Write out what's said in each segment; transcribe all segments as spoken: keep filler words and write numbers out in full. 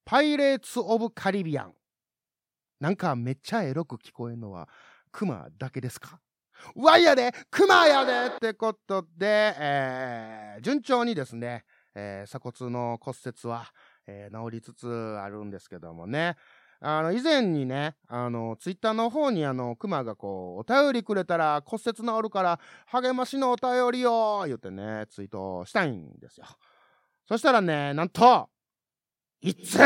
パイレーツ・オブ・カリビアン。なんかめっちゃエロく聞こえるのはクマだけですか？わいやでクマやでってことで、えー、順調にですね、えー、鎖骨の骨折は、えー、治りつつあるんですけどもね。あの以前にね、あのツイッターの方にあのクマがこうお便りくれたら骨折治るから励ましのお便りよ言ってねツイートしたいんですよ。そしたらね、なんといつ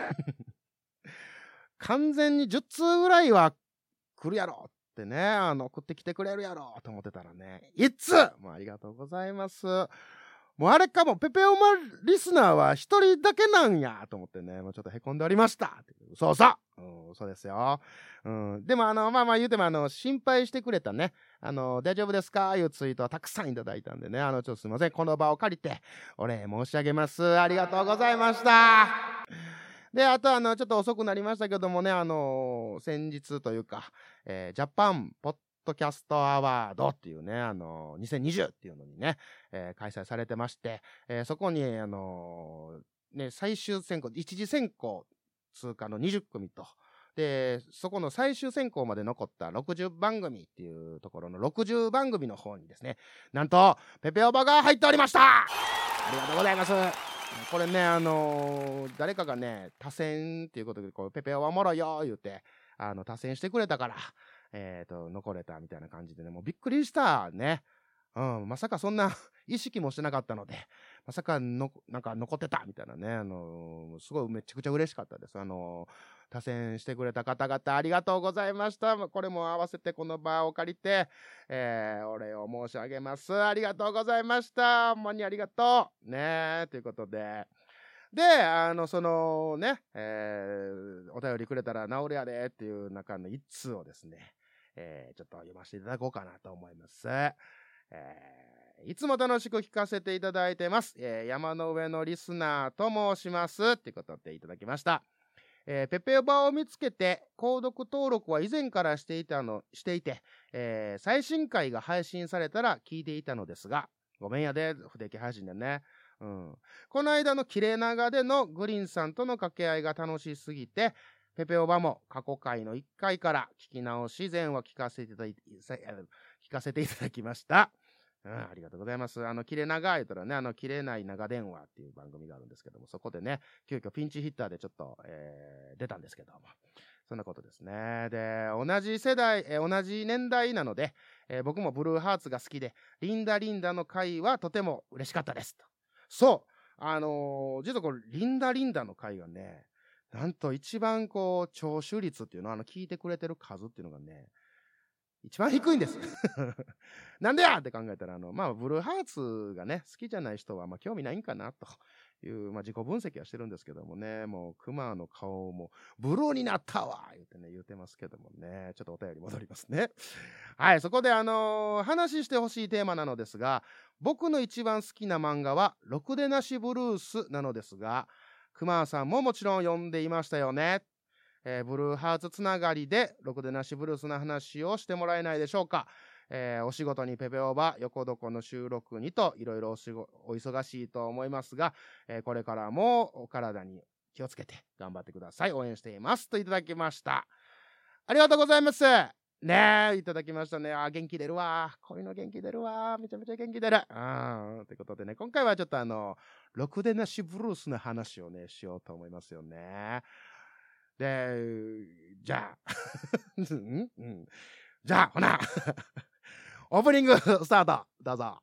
完全にじゅっつうぐらいは来るやろってね、あの送ってきてくれるやろと思ってたらね、いつもうありがとうございます。もうあれかも、ペペオマリスナーは一人だけなんやと思ってね、もうちょっとへこんでおりました。そうそう、うん、そうですよ。うん、でもあの、まあまあ言うてもあの、心配してくれたね、あの、大丈夫ですかいうツイートはたくさんいただいたんでね、あの、ちょっとすいません、この場を借りて、お礼申し上げます。ありがとうございました。で、あとあの、ちょっと遅くなりましたけどもね、あの、先日というか、えー、ジャパンポッドキャストアワードっていうね、あの、にせんにじゅうっていうのにね、えー、開催されてまして、えー、そこに、あのー、ね、最終選考、一次選考通過のにじゅっくみと、で、そこの最終選考まで残ったろくじゅうばんぐみっていうところのろくじゅうばんぐみの方にですね、なんと、ペペオバが入っておりました。ありがとうございます。これね、あのー、誰かがね、多選っていうことで、こう、ペペオバおもろいよ言うて、あの、多選してくれたから、えっと、残れたみたいな感じでね、もうびっくりしたね。うん、まさかそんな意識もしてなかったので、まさかの、なんか残ってたみたいなね、あのー、すごいめちゃくちゃ嬉しかったです。あのー、多選してくれた方々ありがとうございました。これも合わせてこの場を借りて、えー、お礼を申し上げます。ありがとうございました。ほんまにありがとう。ねー、ということで。で、あの、そのね、えー、お便りくれたら治るやでっていう中の一通をですね、えー、ちょっと読ませていただこうかなと思います。えー、いつも楽しく聞かせていただいてます。えー、山の上のリスナーと申します。っていうことでいただきました。えー、ペペオバを見つけて、購読登録は以前からしていたの、していて、えー、最新回が配信されたら聞いていたのですが、ごめんやで、不定期配信でね。うん、この間の綺麗長でのグリーンさんとの掛け合いが楽しすぎて、ペペオバも過去回のいっかいから聞き直し、前話聞かせていただいて、聞かせていただきました。うん、ありがとうございます。あの、切れ長言ったらね、あの、切れない長電話っていう番組があるんですけども、そこでね、急遽ピンチヒッターでちょっと、えー、出たんですけども。そんなことですね。で、同じ世代、えー、同じ年代なので、えー、僕もブルーハーツが好きで、リンダリンダの回はとても嬉しかったです。そう。あのー、実はこれ、リンダリンダの回がね、なんと一番こう、聴取率っていうのは、あの、聞いてくれてる数っていうのがね、一番低いんです。なんでやって考えたら、あの、まあ、ブルーハーツがね、好きじゃない人は、まあ、興味ないんかな、という、まあ、自己分析はしてるんですけどもね、もう、クマの顔も、ブルーになったわ言ってね、言ってますけどもね、ちょっとお便り戻りますね。はい、そこで、あのー、話してほしいテーマなのですが、僕の一番好きな漫画は、ろくでなしブルースなのですが、クマさんももちろん読んでいましたよね。えー、ブルーハーツつながりでろくでなしブルースの話をしてもらえないでしょうか。えー、お仕事にペペオバ横床の収録にといろいろお忙しいと思いますが、えー、これからもお体に気をつけて頑張ってください。応援していますといただきました。ありがとうございます。ねえ、いただきましたね。あ、元気出るわ。こういうの元気出るわ。めちゃめちゃ元気出る。あーということでね、今回はちょっとあの、ろくでなしブルースの話をね、しようと思いますよね。で、じゃあ、うんうん、じゃあ、ほな、オープニングスタート、どうぞ。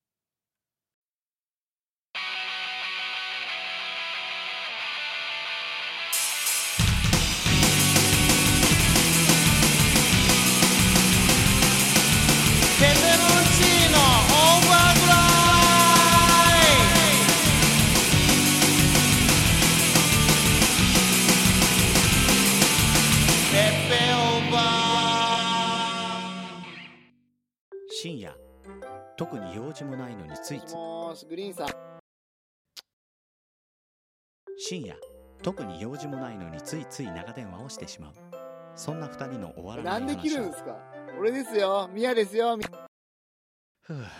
ペペロンチーノオーバードライペペオーバー。 深夜、特に用事もないのについついもしグリーンさん深夜、特に用事もないのについつい長電話をしてしまう。そんな二人の終わらない話を。 なんで切るんですか。俺ですよ、ミヤですよ。 ふう。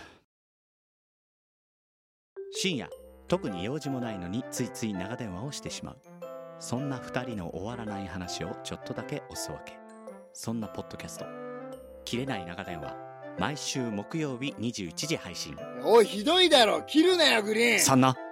深夜、特に用事もないのについつい長電話をしてしまう。 そんなふたりの終わらない話をちょっとだけおすわけ。そんなポッドキャスト切れない長電話、毎週木曜日にじゅういちじ配信。 おい、ひどいだろ、切るなよグリーン。 そんな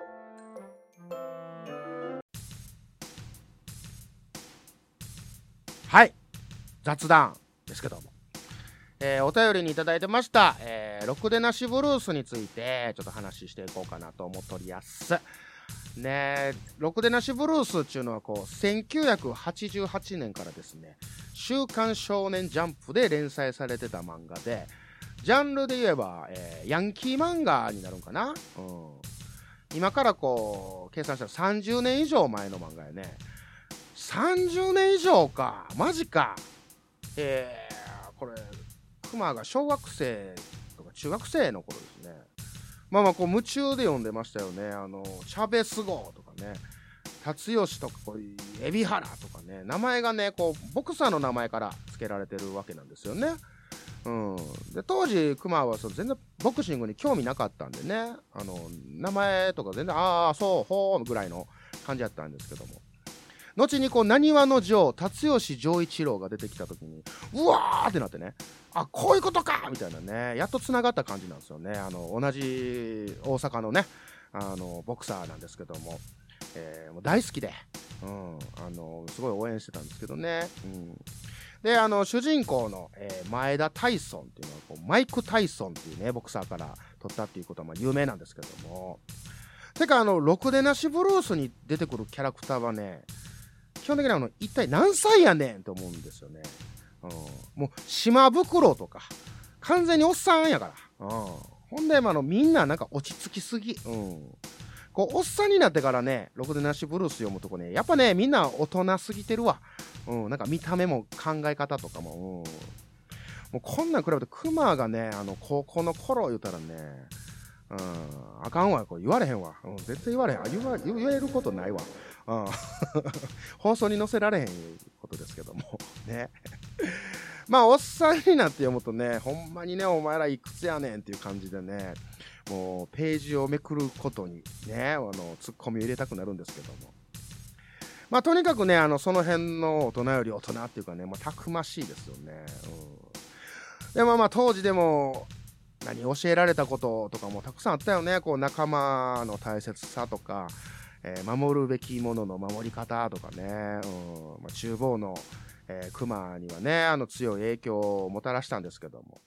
はい、雑談ですけども、えー、お便りにいただいてました、えー、ろくでなしブルースについてちょっと話していこうかなと思っておりやすね。ろくでなしブルースっていうのはこうせんきゅうひゃくはちじゅうはちねんからですね、週刊少年ジャンプで連載されてた漫画で、ジャンルで言えば、えー、ヤンキー漫画になるんかな、うん、今からこう計算したらさんじゅうねん以上前の漫画やね。さんじゅうねん以上か、マジか。えー、これクマが小学生とか中学生の頃ですね。まあまあこう夢中で読んでましたよね。あのチャベス号とかね、辰吉とかこう海老原とかね、名前がねこうボクサーの名前から付けられてるわけなんですよね。うん、で当時クマはそう全然ボクシングに興味なかったんでね、あの名前とか全然ああそうほーぐらいの感じだったんですけども、後にこう浪速の城辰吉丈一郎が出てきた時にうわーってなってね、あこういうことかみたいなね、やっとつながった感じなんですよね。あの同じ大阪のねあのボクサーなんですけども、えー、もう大好きで、うん、あのすごい応援してたんですけどね、うん、であの主人公の、えー、前田大尊っていうのはこうマイク・タイソンっていうねボクサーから取ったっていうことはまあ有名なんですけども、てかあのろくでなしブルースに出てくるキャラクターはね、基本的にあの一体何歳やねんと思うんですよね、うん、もう島袋とか完全におっさんやから、うん、ほんで、まあ、のみんななんか落ち着きすぎ、うん、こうおっさんになってからねろくでなしブルース読むとこね、やっぱねみんな大人すぎてるわ、うん、なんか見た目も考え方とかも、うん、もうこんなん比べてクマがねあの高校の頃言うたらね、うん、あかんわこれ言われへんわ、うん、絶対言われへん、言わ言えることないわ、うん、放送に載せられへんことですけどもねまあおっさんになって読むとね、ほんまにねお前らいくつやねんっていう感じでね、もうページをめくることにねあのツッコミを入れたくなるんですけども、まあとにかくねあのその辺の大人より大人っていうかね、まあ、たくましいですよね、うん、でもまあ当時でも何教えられたこととかもたくさんあったよね。こう仲間の大切さとか、えー、守るべきものの守り方とかね、うんまあ、厨房の、えー、クマにはねあの強い影響をもたらしたんですけども、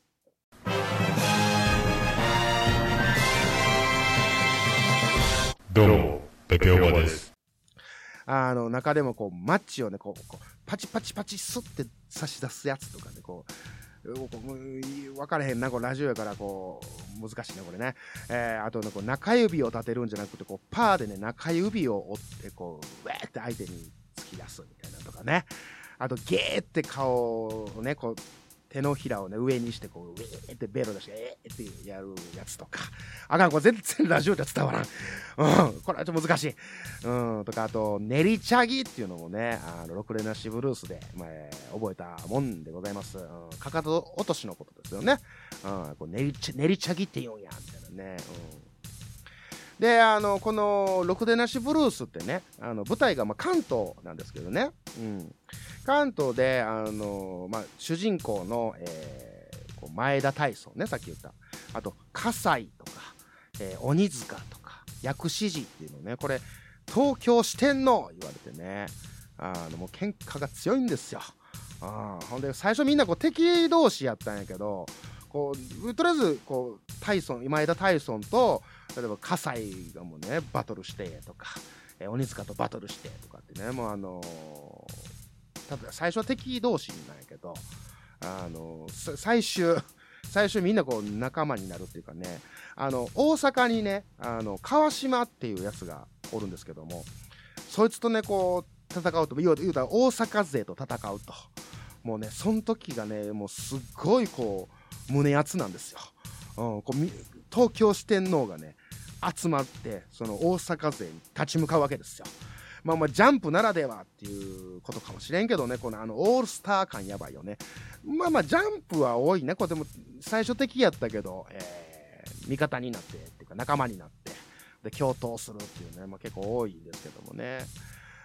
どうもペペオバです。 あの中でもこうマッチをねこうこうパチパチパチスッて差し出すやつとかね、こう分かれへんな、これラジオやからこう難しいねこれね、えー、あとねこう中指を立てるんじゃなくてこうパーでね中指を折ってこうウェーって相手に突き出すみたいなとかね、あとゲーって顔をねこう手のひらをね上にしてこうウェーってベロ出してえーってやるやつとか、あかんこれ全然ラジオじゃ伝わらん、うん、これはちょっと難しい、うん、とかあと練りチャギっていうのもねあのろくでなしブルースで、まあえー、覚えたもんでございます、うん、かかと落としのことですよね、うん、こう練りチ練りチャギって言うんやみたいなね、うん、であのこのろくでなしブルースってねあの舞台がまあ関東なんですけどね、うん関東で、あのまあ、主人公の、えー、こう前田大尊ねさっき言った、あと葛西とか、えー、鬼塚とか薬師寺っていうのね、これ東京四天王言われてね、あのもう喧嘩が強いんですよ。あほんで最初みんなこう敵同士やったんやけど、こうとりあえずこう大尊前田大尊と例えば葛西がもうねバトルしてとか、えー、鬼塚とバトルしてとかってね、もうあのー例えば最初は敵同士なんやけど、あの最終最終みんなこう仲間になるっていうかね、あの大阪にねあの川島っていうやつがおるんですけども、そいつとねこう戦うと言うたら大阪勢と戦うと、もうねその時がねもうすっごいこう胸熱なんですよ、うん、こう東京四天王がね集まってその大阪勢に立ち向かうわけですよ。まあまあジャンプならではっていうことかもしれんけどね、このあのオールスター感やばいよね。まあまあジャンプは多いね。これでも最初敵やったけど、えー、味方になってっていうか仲間になってで共闘するっていうね、まあ、結構多いんですけどもね。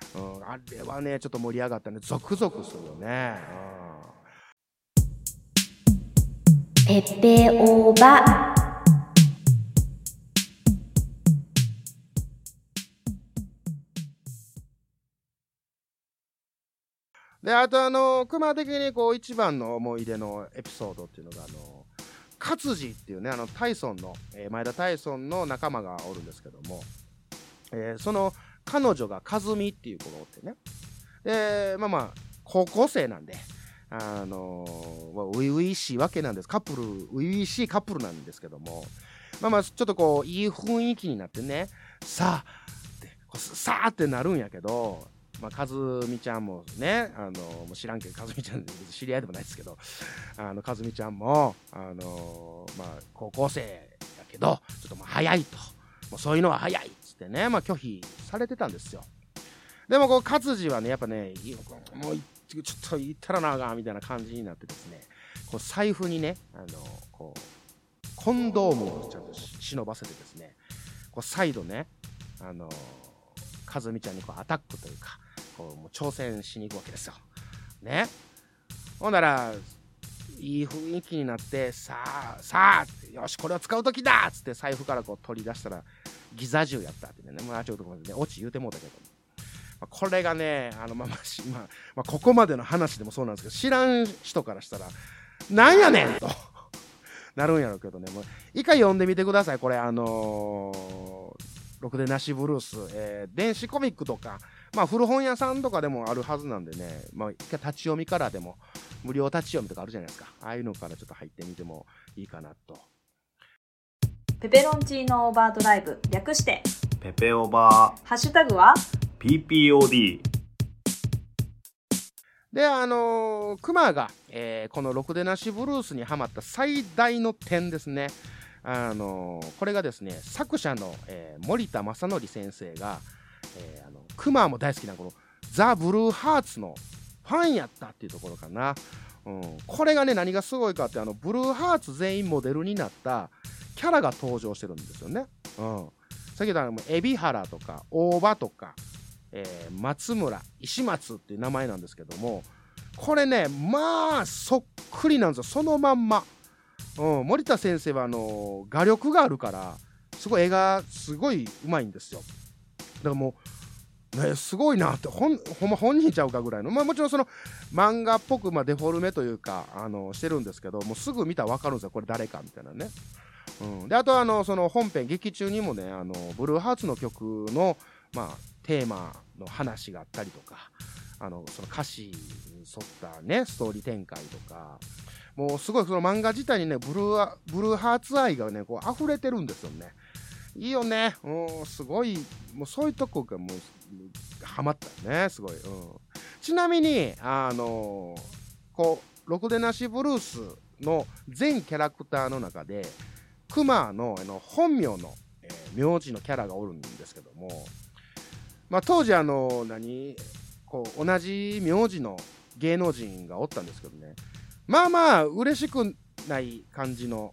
うん、あれはねちょっと盛り上がったね。ゾクゾクするよね、 うん、ペペオバ。 で、あとあの熊的にこう一番の思い出のエピソードっていうのが、あの勝治っていうね、あのタイソンの、えー、前田タイソンの仲間がおるんですけども、えー、その彼女が和美っていう子がおってね、でまあまあ高校生なんで、あのー、初々しいわけなんです。カップル初々しいカップルなんですけども、まあまあちょっとこういい雰囲気になってね、さあってこうさあってなるんやけど、まあ、和美ちゃんもね、あのもう知らんけど、和美ちゃん知り合いでもないですけど、あの和美ちゃんも、あのまあ、高校生やけどちょっともう早いと、もうそういうのは早いっつってね、まあ、拒否されてたんですよ。でもこう勝治はねやっぱね、もうちょっと言ったらなあかんみたいな感じになってですね、こう財布にね、あのこうコンドームをちゃんと忍ばせてですね、こう再度ね、あの和美ちゃんにこうアタックというか、こうもう挑戦しに行くわけですよ。ね。ほんならいい雰囲気になって、さあさあよしこれを使う時だっつって財布からこう取り出したらギザ銃やったってね、もうちょっとこれねオチ言うてもうたけど、まあ、これがね、あのまあまあ、まあ、まあここまでの話でもそうなんですけど、知らん人からしたらなんやねんとなるんやろうけどね、もう一回読んでみてください。これあのーろくでなしブルース、えー、電子コミックとか、まあ、古本屋さんとかでもあるはずなんでね、まあ、一回立ち読みからでも、無料立ち読みとかあるじゃないですか。ああいうのからちょっと入ってみてもいいかなと。 ペペロンチーノオーバードライブ、略してペペオバー。ハッシュタグはピーピーオーディー。 で、あのー、クマが、えー、このろくでなしブルースにハマった最大の点ですね。あのー、これがですね、作者の、えー、森田正則先生が、えー、あのクマも大好きなこのザ・ブルーハーツのファンやったっていうところかな、うん、これがね何がすごいかって、あのブルーハーツ全員モデルになったキャラが登場してるんですよね、うん、先ほど海老原とか大場とか、えー、松村石松っていう名前なんですけども、これねまあそっくりなんですよ、そのまんま。うん、森田先生はあの画力があるからすごい絵がすごいうまいんですよ。だからもう、ね、すごいなって、ほんほんま本人ちゃうかぐらいの、まあ、もちろんその漫画っぽく、まあ、デフォルメというかあのしてるんですけど、もうすぐ見たら分かるんですよ、これ誰かみたいなね。うん、であとあのその本編劇中にもね、あのブルーハーツの曲の、まあ、テーマの話があったりとか、あのその歌詞に沿ったねストーリー展開とか、もうすごいその漫画自体にねブルーブルーハーツ愛がねこう溢れてるんですよね。いいよね、うん、すごい、もうそういうとこがもうハマったね、すごい、うん、ちなみにあのー、こうろくでなしブルースの全キャラクターの中でクマの、あの本名の、えー、名字のキャラがおるんですけども、まあ、当時あの何こう同じ名字の芸能人がおったんですけどね、まあまあ嬉しくない感じの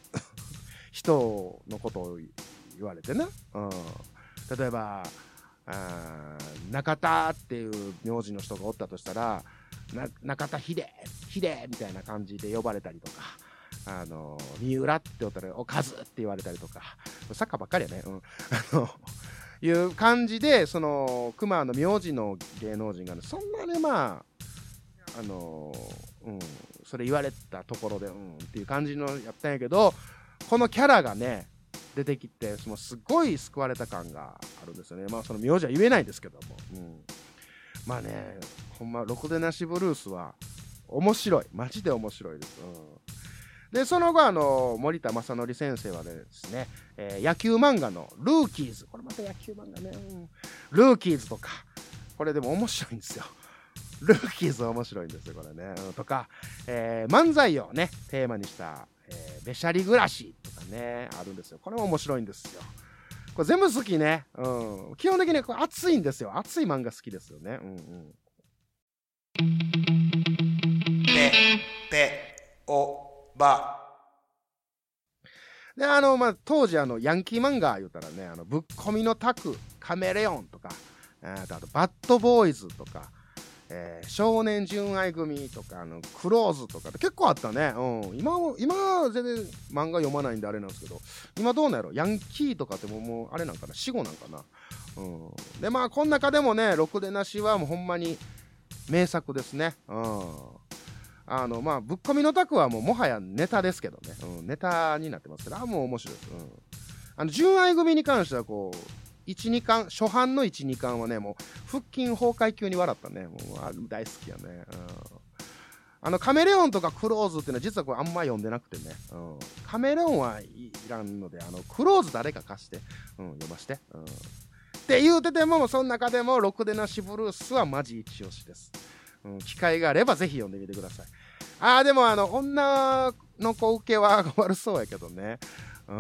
人のことを言われてね、うん、例えばあ中田っていう名字の人がおったとしたら、な中田秀秀みたいな感じで呼ばれたりとか、あの三浦って言ったらおかずって言われたりとか、サッカーばっかりやね、うん、あのいう感じで、その熊の名字の芸能人が、ね、そんなにまああの、うん、それ言われたところでうんっていう感じのやったんやけど、このキャラがね出てきて、もうすごい救われた感があるんですよね。まあその名字は言えないんですけども、うん、まあね、ほんまろくでなしブルースは面白い、マジで面白いです、うん、でその後あの森田正則先生はですね、えー、野球漫画のルーキーズ、これまた野球漫画ね、うん、ルーキーズとか、これでも面白いんですよ。ルーキーズは面白いんですよこれね、うん、とか、えー、漫才をねテーマにしたえー、べしゃり暮らしとかねあるんですよ。これも面白いんですよ。これ全部好きね、うん、基本的にこれ熱いんですよ。熱い漫画好きですよね、うんうん、 ペペオバであの、まあ、当時あのヤンキー漫画言うたらね、あのぶっこみのタク、カメレオンとかえー、とあとバッドボーイズとか、えー、少年純愛組とかあのクローズとかって結構あったね、うん、今今は全然漫画読まないんであれなんですけど、今どうなんやろ、ヤンキーとかってもう、もうあれなんかな、死後なんかな、うん、でまあこの中でもね、ろくでなしはもうほんまに名作ですね。うん、あのまあぶっ込みのタクはもうもはやネタですけどね、うん、ネタになってますけど、あもう面白いです。うん、あの純愛組に関してはこういち、にかん、初版のいち、にかんはね、もう腹筋崩壊級に笑ったね。もうあ大好きやね。うん、あのカメレオンとかクローズっていうのは実はこれあんま読んでなくてね。うん、カメレオンはいらんので、あのクローズ誰か貸して、うん、読まして。うん、って言うてても、その中でもろくでなしブルースはマジ一押しです。うん、機会があればぜひ読んでみてください。あーでもあの女の子受けは悪そうやけどね。うん、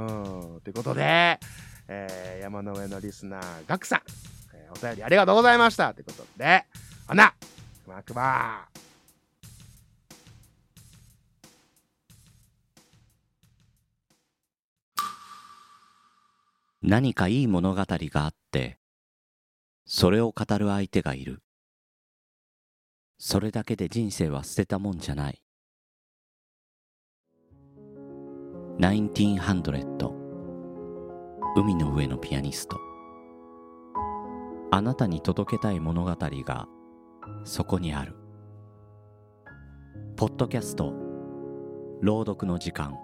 ということで、えー、山の上のリスナーガクさん、えー、お便りありがとうございましたということで、ほなくまくま何かいい物語があってそれを語る相手がいる。それだけで人生は捨てたもんじゃない。ナインティーンハンドレッド、海の上のピアニスト。あなたに届けたい物語がそこにある。ポッドキャスト朗読の時間。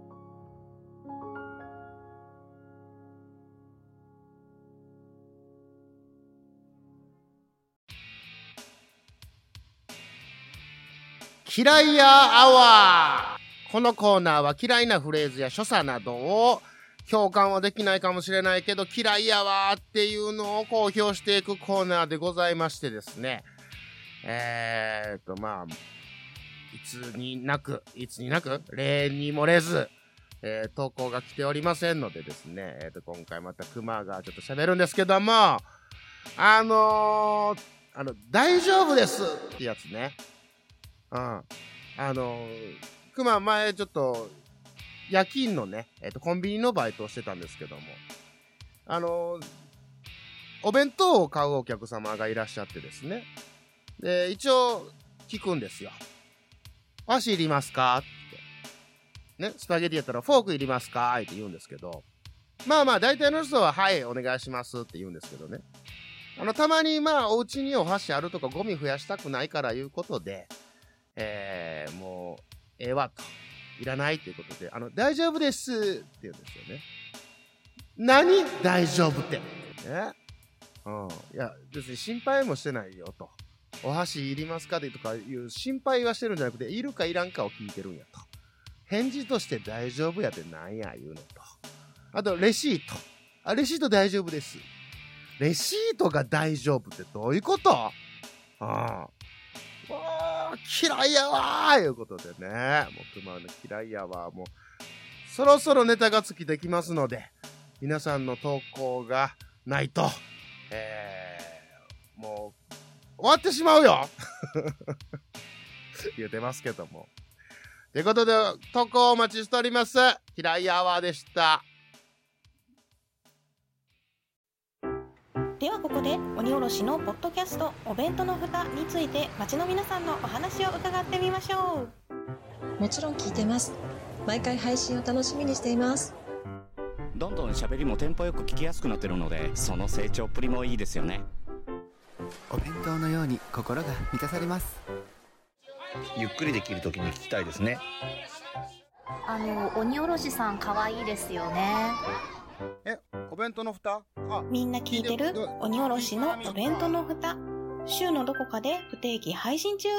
嫌いやアワー。このコーナーは嫌いなフレーズや所作などを共感はできないかもしれないけど嫌いやわーっていうのを公表していくコーナーでございましてですね、えーっとまあいつになくいつになく例に漏れず、えー、投稿が来ておりませんのでですね、えー、と今回またクマがちょっと喋るんですけども、あのー、あの大丈夫ですってやつね。うん、あのー、クマ前ちょっと夜勤のね、えー、とコンビニのバイトをしてたんですけども、あのー、お弁当を買うお客様がいらっしゃってですね、で一応聞くんですよ。箸いりますかってね、スパゲティやったらフォークいりますかって言うんですけど、まあまあ大体の人ははいお願いしますって言うんですけどね、あのたまにまあお家にお箸あるとかゴミ増やしたくないからいうことで、えー、もうええわと、いらないということで、あの大丈夫ですって言うんですよね。何大丈夫ってね、うん、いや別に心配もしてないよと、お箸いりますかとかいう心配はしてるんじゃなくて、いるかいらんかを聞いてるんやと。返事として大丈夫やってなんや言うのと、あとレシート、あレシート大丈夫です。レシートが大丈夫ってどういうこと？ああ、嫌いやわーいうことでね、もう熊の嫌いやわー、もうそろそろネタが尽きてきますので、皆さんの投稿がないと、えー、もう終わってしまうよ言うてますけども、ということで投稿お待ちしております。嫌いやわーでした。 ではここで鬼おろしのポッドキャストお弁当の蓋について街の皆さんのお話を伺ってみましょう。もちろん聞いてます。毎回配信を楽しみにしています。 どんどん喋りもテンポよく聞きやすくなってるので、その成長っぷりもいいですよね。 お弁当のように心が満たされます。 ゆっくりできるときに聞きたいですね。 あの鬼おろしさん可愛いですよね。 え、お弁当の蓋？あ、 みんな聞いてる鬼おろしのお弁当の蓋、週のどこかで不定期配信中。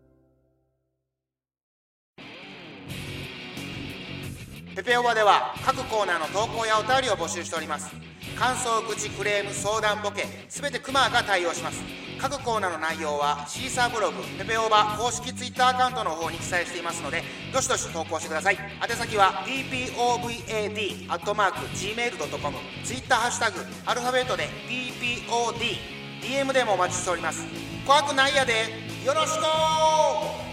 ペペオバでは各コーナーの投稿やお便りを募集しております。感想、愚痴、クレーム、相談、ボケ、すべてクマが対応します。各コーナーの内容はシーサーブログ、ペペオバ公式ツイッターアカウントの方に記載していますので、どしどし投稿してください。宛先は ピーピーオーブイエーディー アットマーク ジーメールドットコム、 ツイッターハッシュタグアルファベットで ピーピーオーディー、 ディーエム でもお待ちしております。怖くないやで、よろしく。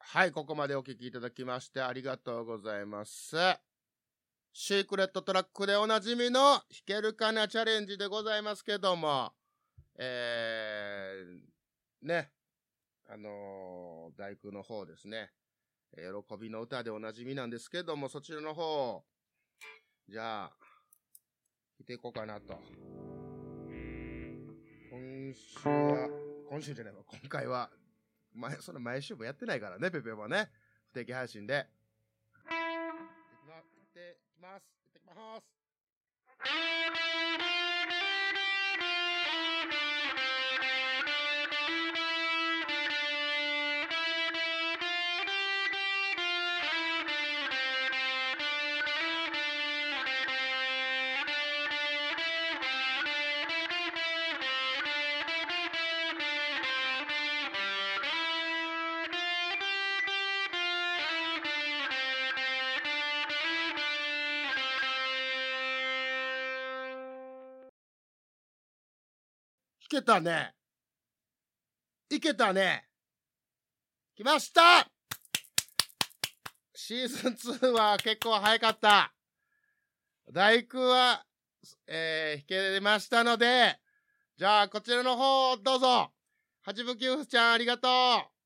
はい、ここまでお聞きいただきましてありがとうございます。シークレットトラックでおなじみの弾けるかなチャレンジでございますけども、えー、ね、あのー、大工の方ですね、喜びの歌でおなじみなんですけども、そちらの方、じゃあ、弾いていこうかなと。今週は、今週じゃないわ、今回は、前、その毎週もやってないからね、ペペはね。不定期配信で。行ってきます。行ってきます。いけたね。いけたね。来ました。シーズンツーは結構早かった。大工は、えー、弾けましたので、じゃあこちらの方どうぞ。八分九夫ちゃんありがとう。